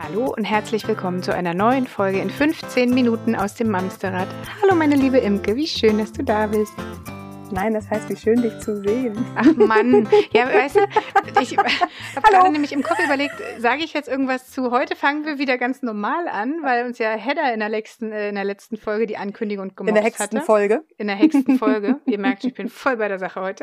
Hallo und herzlich willkommen zu einer neuen Folge in 15 Minuten aus dem Mamsterrad. Hallo meine liebe Imke, wie schön, dass du da bist. Nein, das heißt, wie schön, dich zu sehen. Ach Mann, ja, weißt du, ich habe gerade nämlich im Kopf überlegt, sage ich jetzt irgendwas zu, heute fangen wir wieder ganz normal an, weil uns ja Hedda in der letzten Folge die Ankündigung gemobst hatte. In der Hexenfolge. In der Hexenfolge. Ihr merkt, ich bin voll bei der Sache heute.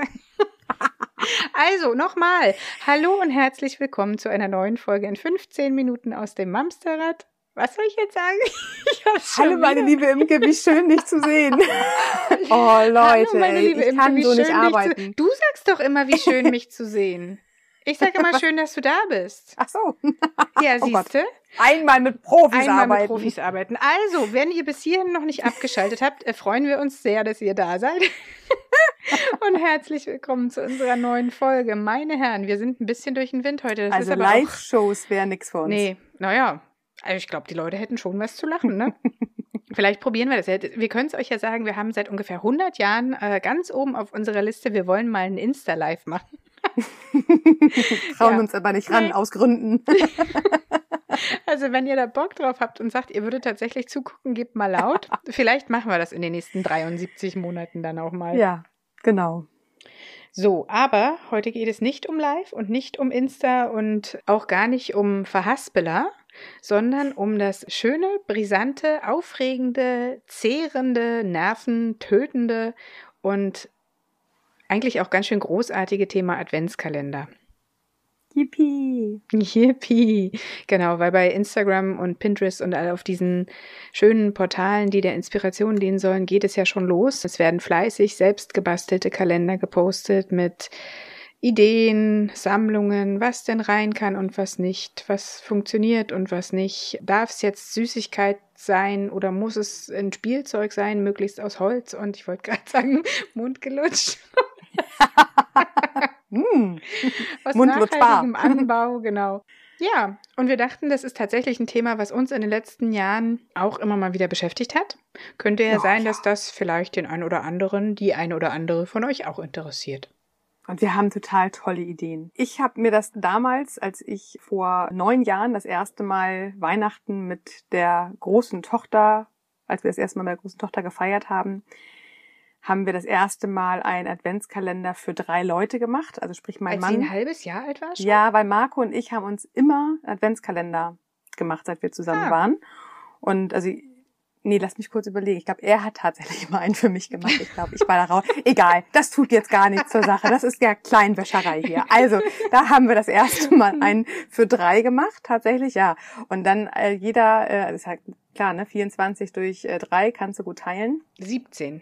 Also, nochmal. Hallo und herzlich willkommen zu einer neuen Folge in 15 Minuten aus dem Mamsterrad. Was soll ich jetzt sagen? Hallo meine liebe Imke, wie schön, dich zu sehen. Oh Leute, Hallo, meine liebe ich Imke, kann wie so nicht schön, arbeiten. Du sagst doch immer, wie schön, mich zu sehen. Ich sage immer, schön, dass du da bist. Ach so. Ja, siehste. Einmal mit Profis arbeiten. Also, wenn ihr bis hierhin noch nicht abgeschaltet habt, freuen wir uns sehr, dass ihr da seid. Und herzlich willkommen zu unserer neuen Folge. Meine Herren, wir sind ein bisschen durch den Wind heute. Das also ist Live-Shows wäre nichts für uns. Nee, naja. Also ich glaube, die Leute hätten schon was zu lachen, ne? Vielleicht probieren wir das. Wir können es euch ja sagen, wir haben seit ungefähr 100 Jahren ganz oben auf unserer Liste, wir wollen mal ein Insta-Live machen. Trauen uns aber nicht ran, aus Gründen. Also wenn ihr da Bock drauf habt und sagt, ihr würdet tatsächlich zugucken, gebt mal laut. Vielleicht machen wir das in den nächsten 73 Monaten dann auch mal. Ja, genau. So, aber heute geht es nicht um Live und nicht um Insta und auch gar nicht um Verhaspeler, sondern um das schöne, brisante, aufregende, zehrende, nerventötende und eigentlich auch ganz schön großartige Thema Adventskalender. Yippie. Yippie. Genau, weil bei Instagram und Pinterest und all auf diesen schönen Portalen, die der Inspiration dienen sollen, geht es ja schon los. Es werden fleißig selbst gebastelte Kalender gepostet mit Ideen, Sammlungen, was denn rein kann und was nicht, was funktioniert und was nicht. Darf es jetzt Süßigkeit sein oder muss es ein Spielzeug sein, möglichst aus Holz und ich wollte gerade sagen, Mundgelutscht. Aus nachhaltigem Anbau, genau. Ja, und wir dachten, das ist tatsächlich ein Thema, was uns in den letzten Jahren auch immer mal wieder beschäftigt hat. Könnte ja sein, dass das vielleicht den einen oder anderen, die eine oder andere von euch auch interessiert. Und wir haben total tolle Ideen. Ich habe mir das damals, als ich vor 9 Jahren das erste Mal Weihnachten mit der großen Tochter, als wir das erste Mal mit der großen Tochter gefeiert haben wir das erste Mal einen Adventskalender für 3 Leute gemacht. Also sprich mein Mann. Als sie ein halbes Jahr alt war schon? Ja, weil Marco und ich haben uns immer Adventskalender gemacht, seit wir zusammen waren. Und also, nee, lass mich kurz überlegen. Ich glaube, er hat tatsächlich immer einen für mich gemacht. Ich glaube, ich war da raus. Egal, das tut jetzt gar nichts zur Sache. Das ist ja Kleinwäscherei hier. Also, da haben wir das erste Mal einen für 3 gemacht, tatsächlich, ja. Und dann jeder, das ist halt klar, ne, 24 durch 3 kannst du gut teilen. 17.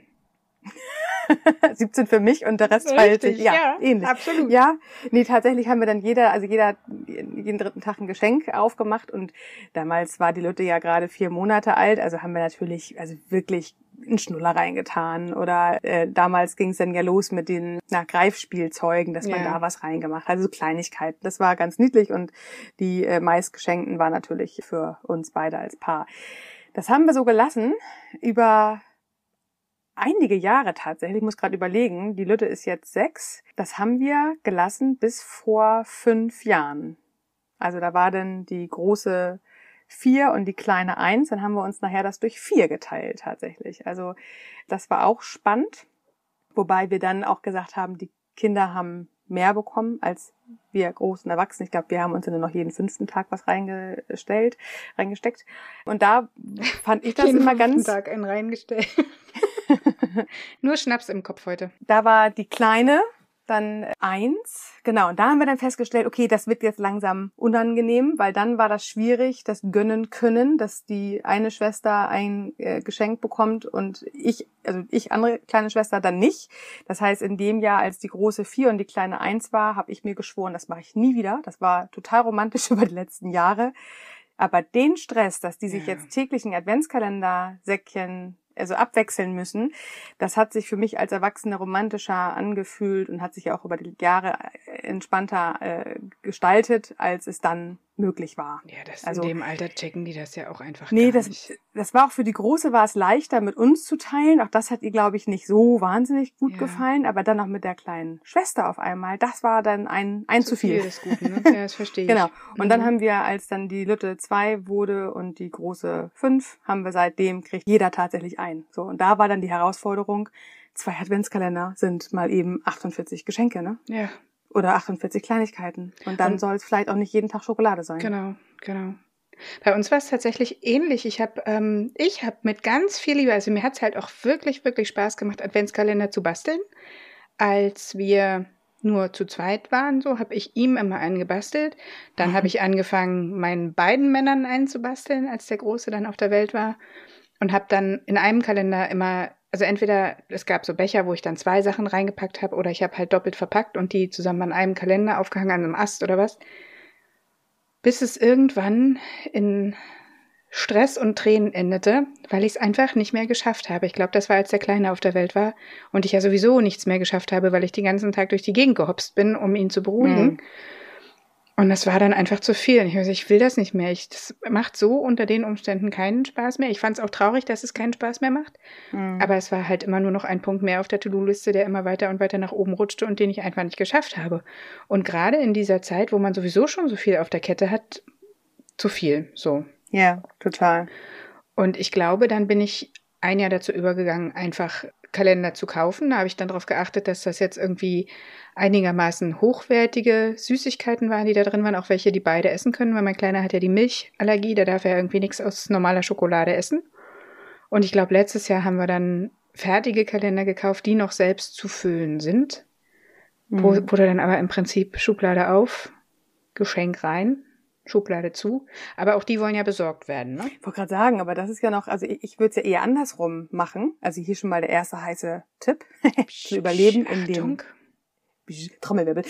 17 für mich und der Rest teilt sich. Ja, ähnlich. Absolut. Ja, nee, tatsächlich haben wir dann jeder hat jeden dritten Tag ein Geschenk aufgemacht und damals war die Lütte ja gerade 4 Monate alt, also haben wir natürlich wirklich einen Schnuller reingetan oder damals ging es dann ja los mit den Greifspielzeugen, dass man da was reingemacht hat, also so Kleinigkeiten. Das war ganz niedlich und die meistgeschenkten war natürlich für uns beide als Paar. Das haben wir so gelassen über einige Jahre tatsächlich. Ich muss gerade überlegen, die Lütte ist jetzt 6. Das haben wir gelassen bis vor 5 Jahren. Also da war dann die große 4 und die kleine 1. Dann haben wir uns nachher das durch 4 geteilt tatsächlich. Also das war auch spannend. Wobei wir dann auch gesagt haben, die Kinder haben mehr bekommen als wir großen Erwachsenen. Ich glaube, wir haben uns dann noch jeden 5. Tag was reingesteckt. Und da fand ich das immer ganz... Jeden 5. Tag einen reingestellt. Nur Schnaps im Kopf heute. Da war die Kleine, dann 1. Genau, und da haben wir dann festgestellt, okay, das wird jetzt langsam unangenehm, weil dann war das schwierig, das gönnen können, dass die eine Schwester ein Geschenk bekommt und ich, andere kleine Schwester, dann nicht. Das heißt, in dem Jahr, als die große 4 und die kleine 1 war, habe ich mir geschworen, das mache ich nie wieder. Das war total romantisch über die letzten Jahre. Aber den Stress, dass die sich jetzt täglich ein Adventskalender-Säckchen abwechseln müssen, das hat sich für mich als Erwachsene romantischer angefühlt und hat sich auch über die Jahre entspannter gestaltet, als es dann möglich war. Ja, also, in dem Alter checken die das ja auch einfach nee, gar nicht. Das war auch für die Große, war es leichter, mit uns zu teilen. Auch das hat ihr, glaube ich, nicht so wahnsinnig gut gefallen. Aber dann auch mit der kleinen Schwester auf einmal, das war dann ein zu viel. Des Guten, ne? Ja, das verstehe ich. Genau. Und dann haben wir, als dann die Lütte 2 wurde und die Große 5, haben wir seitdem, kriegt jeder tatsächlich ein. So, und da war dann die Herausforderung, 2 Adventskalender sind mal eben 48 Geschenke, ne? Ja. Oder 48 Kleinigkeiten. Und dann soll es vielleicht auch nicht jeden Tag Schokolade sein. Genau. Bei uns war es tatsächlich ähnlich. Ich hab mit ganz viel Liebe, also mir hat es halt auch wirklich, wirklich Spaß gemacht, Adventskalender zu basteln. Als wir nur zu zweit waren, so habe ich ihm immer einen gebastelt. Dann habe ich angefangen, meinen beiden Männern einen zu basteln, als der Große dann auf der Welt war. Und habe dann in einem Kalender immer, also entweder es gab so Becher, wo ich dann 2 Sachen reingepackt habe, oder ich habe halt doppelt verpackt und die zusammen an einem Kalender aufgehangen, an einem Ast oder was. Bis es irgendwann in Stress und Tränen endete, weil ich es einfach nicht mehr geschafft habe. Ich glaube, das war, als der Kleine auf der Welt war und ich ja sowieso nichts mehr geschafft habe, weil ich den ganzen Tag durch die Gegend gehopst bin, um ihn zu beruhigen. Und das war dann einfach zu viel. Ich will das nicht mehr. Das macht so unter den Umständen keinen Spaß mehr. Ich fand es auch traurig, dass es keinen Spaß mehr macht. Aber es war halt immer nur noch ein Punkt mehr auf der To-Do-Liste, der immer weiter und weiter nach oben rutschte und den ich einfach nicht geschafft habe. Und gerade in dieser Zeit, wo man sowieso schon so viel auf der Kette hat, zu viel, so. Ja, total. Und ich glaube, dann bin ich ein Jahr dazu übergegangen, einfach Kalender zu kaufen. Da habe ich dann darauf geachtet, dass das jetzt irgendwie einigermaßen hochwertige Süßigkeiten waren, die da drin waren, auch welche, die beide essen können, weil mein Kleiner hat ja die Milchallergie, da darf er irgendwie nichts aus normaler Schokolade essen. Und ich glaube, letztes Jahr haben wir dann fertige Kalender gekauft, die noch selbst zu füllen sind. Wo du dann aber im Prinzip Schublade auf, Geschenk rein, Schublade zu. Aber auch die wollen ja besorgt werden, ne? Ich wollte gerade sagen, aber das ist ja noch, also ich würde es ja eher andersrum machen. Also hier schon mal der erste heiße Tipp. Zu überleben in dem Trommelwirbel.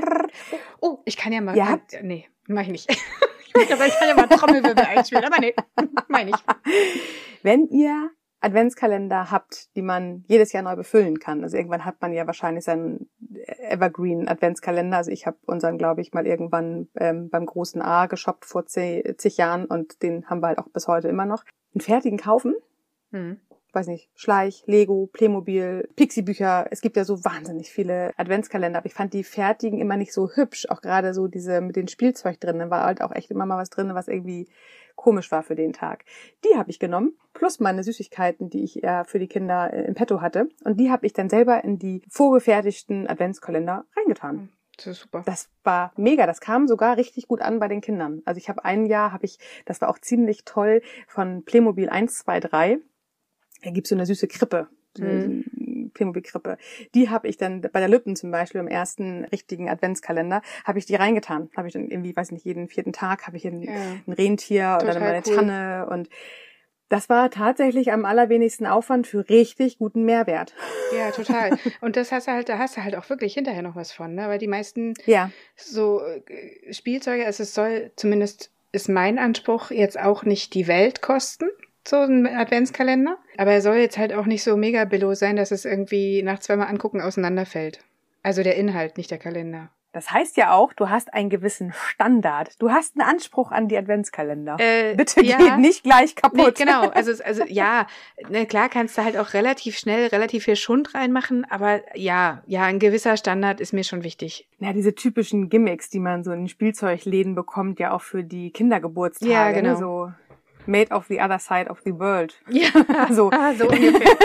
Oh, ich kann ja mal... Ja? Nee, mach ich nicht. Ich kann ja mal Trommelwirbel einspielen, aber nee, meine ich. Wenn ihr Adventskalender habt, die man jedes Jahr neu befüllen kann. Also irgendwann hat man ja wahrscheinlich seinen Evergreen Adventskalender. Also ich habe unseren, glaube ich, mal irgendwann beim großen A geshoppt vor zig Jahren und den haben wir halt auch bis heute immer noch. Einen fertigen kaufen. Weiß nicht, Schleich, Lego, Playmobil, Pixie-Bücher. Es gibt ja so wahnsinnig viele Adventskalender, aber ich fand die fertigen immer nicht so hübsch. Auch gerade so diese mit den Spielzeug drin. Da war halt auch echt immer mal was drin, was irgendwie komisch war für den Tag. Die habe ich genommen, plus meine Süßigkeiten, die ich ja für die Kinder im Petto hatte. Und die habe ich dann selber in die vorgefertigten Adventskalender reingetan. Das ist super. Das war mega. Das kam sogar richtig gut an bei den Kindern. Also ich habe ein Jahr, das war auch ziemlich toll, von Playmobil 1, 2, 3. Da gibt's so eine süße Krippe. Playmobil-Krippe. Die habe ich dann bei der Lütten zum Beispiel im ersten richtigen Adventskalender, habe ich die reingetan. Habe ich dann irgendwie, weiß nicht, jeden 4. Tag habe ich ein Rentier oder eine Tanne. Und das war tatsächlich am allerwenigsten Aufwand für richtig guten Mehrwert. Ja, total. Und da hast du halt auch wirklich hinterher noch was von, ne? Weil die meisten so Spielzeuge, also es soll, zumindest ist mein Anspruch, jetzt auch nicht die Welt kosten. So ein Adventskalender. Aber er soll jetzt halt auch nicht so mega billow sein, dass es irgendwie nach 2 Mal angucken auseinanderfällt. Also der Inhalt, nicht der Kalender. Das heißt ja auch, du hast einen gewissen Standard. Du hast einen Anspruch an die Adventskalender. Bitte geht nicht gleich kaputt. Nee, genau. Also ja, ne, klar kannst du halt auch relativ schnell relativ viel Schund reinmachen, aber ja, ein gewisser Standard ist mir schon wichtig. Ja, diese typischen Gimmicks, die man so in Die bekommt, ja auch für die Kindergeburtstage. Ja, genau. Ne? So Made of the other side of the world. Ja, so ungefähr.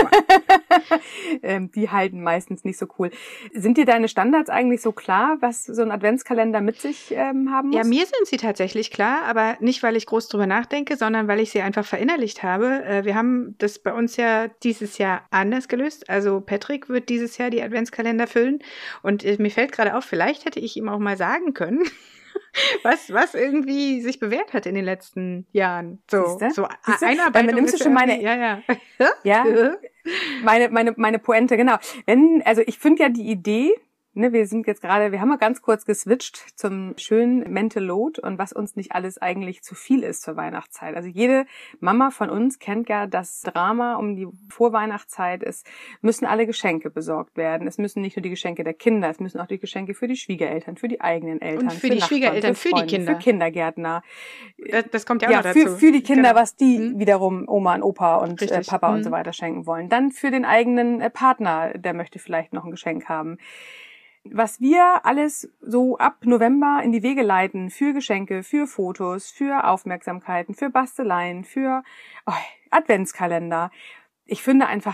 Die halten meistens nicht so cool. Sind dir deine Standards eigentlich so klar, was so ein Adventskalender mit sich haben muss? Ja, mir sind sie tatsächlich klar, aber nicht, weil ich groß drüber nachdenke, sondern weil ich sie einfach verinnerlicht habe. Wir haben das bei uns ja dieses Jahr anders gelöst. Also Patrick wird dieses Jahr die Adventskalender füllen und mir fällt gerade auf, vielleicht hätte ich ihm auch mal sagen können, was irgendwie sich bewährt hat in den letzten Jahren. So Einarbeitung. Damit nimmst du schon meine, meine Pointe, genau. Ich finde ja die Idee wir haben mal ganz kurz geswitcht zum schönen Mental Load und was uns nicht alles eigentlich zu viel ist zur Weihnachtszeit. Also jede Mama von uns kennt ja das Drama um die Vorweihnachtszeit. Es müssen alle Geschenke besorgt werden. Es müssen nicht nur die Geschenke der Kinder, es müssen auch die Geschenke für die Schwiegereltern, für die eigenen Eltern, und für die Nachbarn, Schwiegereltern, für die Kinder, für Kindergärtner. Das kommt ja auch noch dazu. Für die Kinder, was die wiederum Oma und Opa und Papa und so weiter schenken wollen. Dann für den eigenen Partner, der möchte vielleicht noch ein Geschenk haben. Was wir alles so ab November in die Wege leiten für Geschenke, für Fotos, für Aufmerksamkeiten, für Basteleien, für Adventskalender. Ich finde einfach,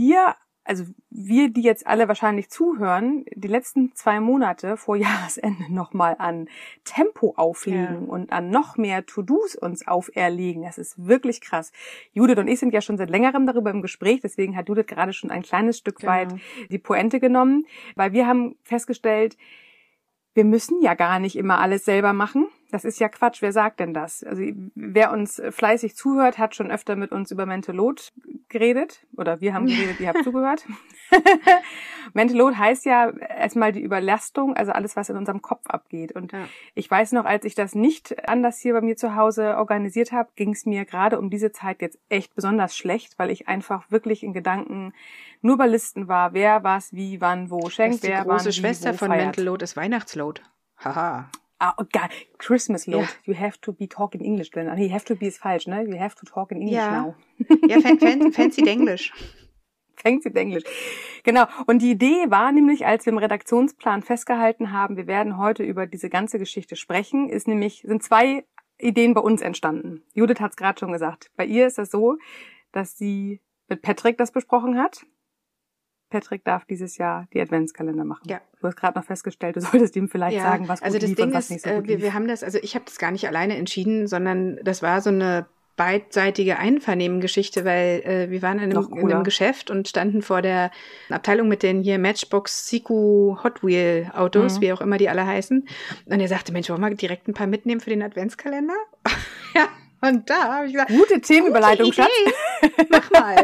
wir, die jetzt alle wahrscheinlich zuhören, die letzten 2 Monate vor Jahresende nochmal an Tempo auflegen und an noch mehr To-Dos uns auferlegen. Das ist wirklich krass. Judith und ich sind ja schon seit längerem darüber im Gespräch, deswegen hat Judith gerade schon ein kleines Stück weit die Pointe genommen, weil wir haben festgestellt, wir müssen ja gar nicht immer alles selber machen. Das ist ja Quatsch. Wer sagt denn das? Also wer uns fleißig zuhört, hat schon öfter mit uns über Mental Load geredet. Oder wir haben geredet, ihr habt zugehört. Mental Load heißt ja erstmal die Überlastung, also alles, was in unserem Kopf abgeht. Und ich weiß noch, als ich das nicht anders hier bei mir zu Hause organisiert habe, ging es mir gerade um diese Zeit jetzt echt besonders schlecht, weil ich einfach wirklich in Gedanken nur bei Listen war, wer was, wie, wann, wo schenkt, wer wann, die große Schwester von Mental Load ist Weihnachtsload. Haha. God. Christmas Load. Yeah. You have to be talking English. Nee, you have to be ist falsch, ne? You have to talk in English now. Ja, fancy Denglisch. Fancy Denglisch. Genau. Und die Idee war nämlich, als wir im Redaktionsplan festgehalten haben, wir werden heute über diese ganze Geschichte sprechen, sind 2 Ideen bei uns entstanden. Judith hat es gerade schon gesagt. Bei ihr ist es so, dass sie mit Patrick das besprochen hat. Patrick darf dieses Jahr die Adventskalender machen. Ja. Du hast gerade noch festgestellt, du solltest ihm vielleicht sagen, was gut lief und was nicht so gut lief. Wir haben das, also ich habe das gar nicht alleine entschieden, sondern das war so eine beidseitige Einvernehmensgeschichte, weil wir waren in einem Geschäft und standen vor der Abteilung mit den hier Matchbox, Siku, Hot Wheel Autos, wie auch immer die alle heißen. Und er sagte, Mensch, wollen wir direkt ein paar mitnehmen für den Adventskalender? Ja, und da habe ich gesagt, gute Themenüberleitung, Schatz. Mach mal.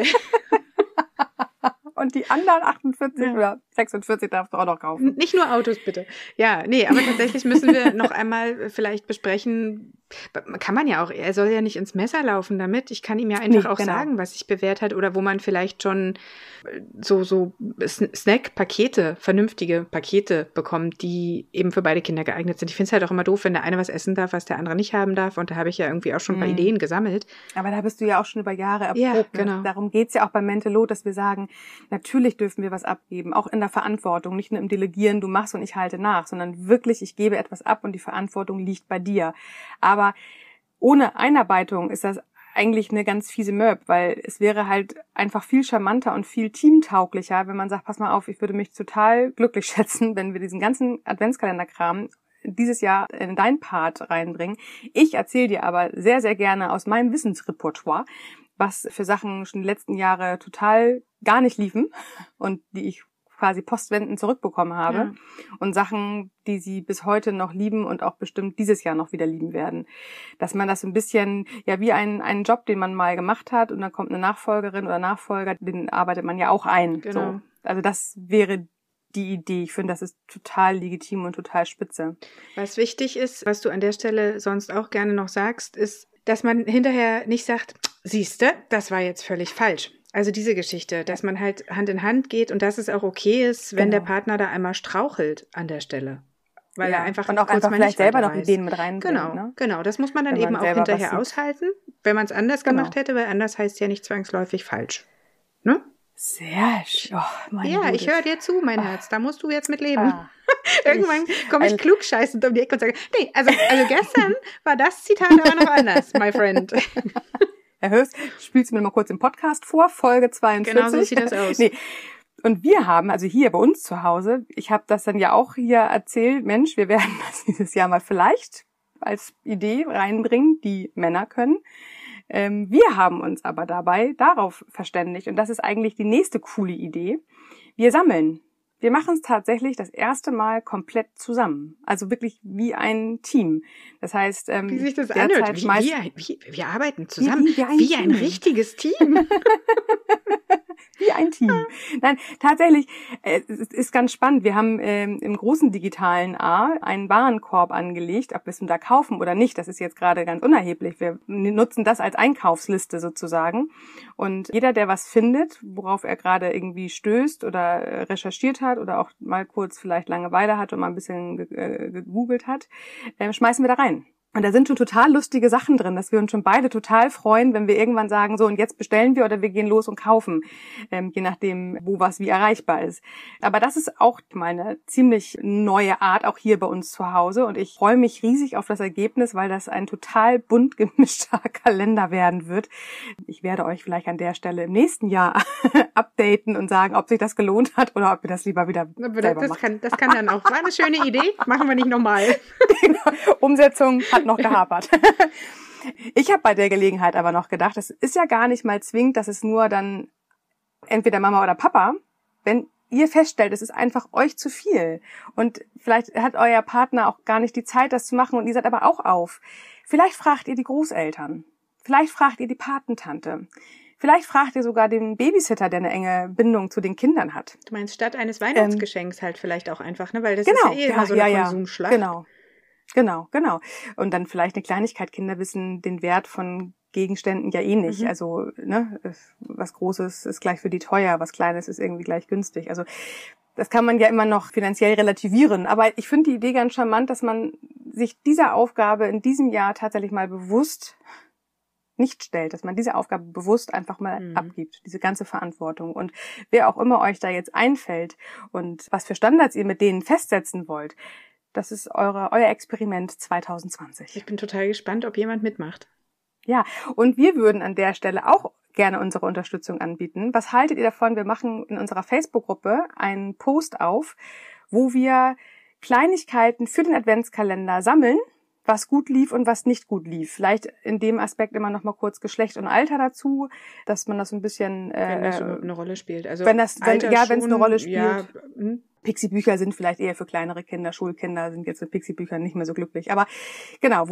Und die anderen 48 oder 46 darfst du auch noch kaufen. Nicht nur Autos, bitte. Ja, nee, aber tatsächlich müssen wir noch einmal vielleicht besprechen, kann man ja auch, er soll ja nicht ins Messer laufen damit. Ich kann ihm ja einfach sagen, was sich bewährt hat oder wo man vielleicht schon so Snack-Pakete, vernünftige Pakete bekommt, die eben für beide Kinder geeignet sind. Ich finde es halt auch immer doof, wenn der eine was essen darf, was der andere nicht haben darf. Und da habe ich ja irgendwie auch schon ein paar Ideen gesammelt. Aber da bist du ja auch schon über Jahre erprobt. Ja, genau. Darum geht's ja auch beim Mental Load, dass wir sagen, natürlich dürfen wir was abgeben, auch in der Verantwortung, nicht nur im Delegieren, du machst und ich halte nach, sondern wirklich, ich gebe etwas ab und die Verantwortung liegt bei dir. Aber ohne Einarbeitung ist das eigentlich eine ganz fiese Möb, weil es wäre halt einfach viel charmanter und viel teamtauglicher, wenn man sagt, pass mal auf, ich würde mich total glücklich schätzen, wenn wir diesen ganzen Adventskalenderkram dieses Jahr in dein Part reinbringen. Ich erzähle dir aber sehr, sehr gerne aus meinem Wissensrepertoire, was für Sachen schon die letzten Jahre total gar nicht liefen und die ich quasi postwendend zurückbekommen habe. Ja. Und Sachen, die sie bis heute noch lieben und auch bestimmt dieses Jahr noch wieder lieben werden. Dass man das so ein bisschen, ja, wie einen Job, den man mal gemacht hat und dann kommt eine Nachfolgerin oder Nachfolger, den arbeitet man ja auch ein. Genau. So. Also das wäre die Idee. Ich finde, das ist total legitim und total spitze. Was wichtig ist, was du an der Stelle sonst auch gerne noch sagst, ist, dass man hinterher nicht sagt, siehste, das war jetzt völlig falsch. Also diese Geschichte, dass man halt Hand in Hand geht und dass es auch okay ist, wenn der Partner da einmal strauchelt an der Stelle. Weil er einfach und auch kurz einfach mal vielleicht nicht selber noch weiß. Ideen mit reinbringen. Genau. Das muss man dann eben auch hinterher aushalten, wenn man es anders gemacht hätte, weil anders heißt ja nicht zwangsläufig falsch. Ne? Sehr schön. Oh, ja, ich höre dir zu, mein Herz. Da musst du jetzt mit leben. Irgendwann komme ich klugscheißend um die Ecke und sage, nee, also gestern war das Zitat aber noch anders, my friend. Herr Höchst, spielst du mir mal kurz im Podcast vor, Folge 42. Genau so sieht das aus. Nee. Und wir haben, also hier bei uns zu Hause, ich habe das dann ja auch hier erzählt, Mensch, wir werden das dieses Jahr mal vielleicht als Idee reinbringen, die Männer können. Wir haben uns aber dabei darauf verständigt und das ist eigentlich die nächste coole Idee. Wir sammeln. Wir machen es tatsächlich das erste Mal komplett zusammen. Also wirklich wie ein Team. Das heißt, wie sich das anhört. Wir arbeiten zusammen. Wie ein richtiges Team. Wie ein Team. Nein, tatsächlich, es ist ganz spannend. Wir haben im großen digitalen A einen Warenkorb angelegt, ob wir es da kaufen oder nicht. Das ist jetzt gerade ganz unerheblich. Wir nutzen das als Einkaufsliste sozusagen. Und jeder, der was findet, worauf er gerade irgendwie stößt oder recherchiert hat oder auch mal kurz vielleicht Langeweile hat und mal ein bisschen gegoogelt hat, schmeißen wir da rein. Und da sind schon total lustige Sachen drin, dass wir uns schon beide total freuen, wenn wir irgendwann sagen, so und jetzt bestellen wir oder wir gehen los und kaufen, je nachdem, wo was wie erreichbar ist. Aber das ist auch mal eine ziemlich neue Art, auch hier bei uns zu Hause. Und ich freue mich riesig auf das Ergebnis, weil das ein total bunt gemischter Kalender werden wird. Ich werde euch vielleicht an der Stelle im nächsten Jahr updaten und sagen, ob sich das gelohnt hat oder ob wir das lieber wieder selber machen. Das kann dann auch. War eine schöne Idee, machen wir nicht nochmal. Genau. Umsetzung hat noch gehapert. Ich habe bei der Gelegenheit aber noch gedacht, es ist ja gar nicht mal zwingend, dass es nur dann entweder Mama oder Papa, wenn ihr feststellt, es ist einfach euch zu viel und vielleicht hat euer Partner auch gar nicht die Zeit, das zu machen und ihr seid aber auch auf. Vielleicht fragt ihr die Großeltern, vielleicht fragt ihr die Patentante, vielleicht fragt ihr sogar den Babysitter, der eine enge Bindung zu den Kindern hat. Du meinst statt eines Weihnachtsgeschenks halt vielleicht auch einfach, ne? Weil das genau, ist ja immer so eine Konsumschlacht. Genau. Und dann vielleicht eine Kleinigkeit. Kinder wissen den Wert von Gegenständen ja eh nicht. Also, ne, was Großes ist gleich für die teuer, was Kleines ist irgendwie gleich günstig. Also, das kann man ja immer noch finanziell relativieren. Aber ich finde die Idee ganz charmant, dass man sich dieser Aufgabe in diesem Jahr tatsächlich mal bewusst nicht stellt, dass man diese Aufgabe bewusst einfach mal abgibt, diese ganze Verantwortung. Und wer auch immer euch da jetzt einfällt und was für Standards ihr mit denen festsetzen wollt, das ist euer Experiment 2020. Ich bin total gespannt, ob jemand mitmacht. Ja, und wir würden an der Stelle auch gerne unsere Unterstützung anbieten. Was haltet ihr davon? Wir machen in unserer Facebook-Gruppe einen Post auf, wo wir Kleinigkeiten für den Adventskalender sammeln, was gut lief und was nicht gut lief. Vielleicht in dem Aspekt immer noch mal kurz Geschlecht und Alter dazu, dass man das ein bisschen wenn das eine Rolle spielt. Also wenn es eine Rolle spielt. Ja, Pixie-Bücher sind vielleicht eher für kleinere Kinder, Schulkinder sind jetzt mit Pixie-Büchern nicht mehr so glücklich. Aber genau,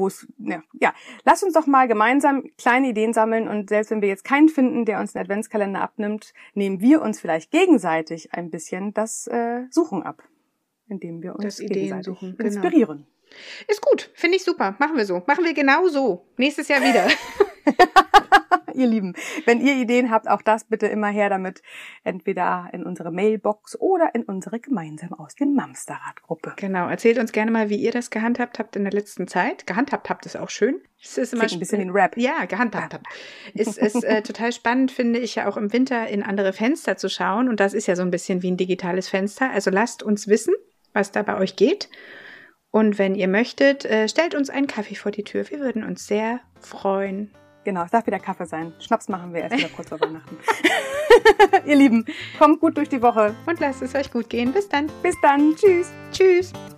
lass uns doch mal gemeinsam kleine Ideen sammeln und selbst wenn wir jetzt keinen finden, der uns einen Adventskalender abnimmt, nehmen wir uns vielleicht gegenseitig ein bisschen das Suchen ab, indem wir uns gegenseitig inspirieren. Genau. Ist gut, finde ich super. Machen wir so. Machen wir genau so. Nächstes Jahr wieder. Ihr Lieben, wenn ihr Ideen habt, auch das bitte immer her damit. Entweder in unsere Mailbox oder in unsere gemeinsam aus dem Mamsterrad-Gruppe. Genau, erzählt uns gerne mal, wie ihr das gehandhabt habt in der letzten Zeit. Gehandhabt habt ist auch schön. Es ist immer ein bisschen wie ein Rap. Ja, gehandhabt habt. Es ist total spannend, finde ich, ja auch im Winter in andere Fenster zu schauen. Und das ist ja so ein bisschen wie ein digitales Fenster. Also lasst uns wissen, was da bei euch geht. Und wenn ihr möchtet, stellt uns einen Kaffee vor die Tür. Wir würden uns sehr freuen. Genau, es darf wieder Kaffee sein. Schnaps machen wir erst wieder kurz vor Weihnachten. Ihr Lieben, kommt gut durch die Woche. Und lasst es euch gut gehen. Bis dann. Bis dann. Tschüss. Tschüss.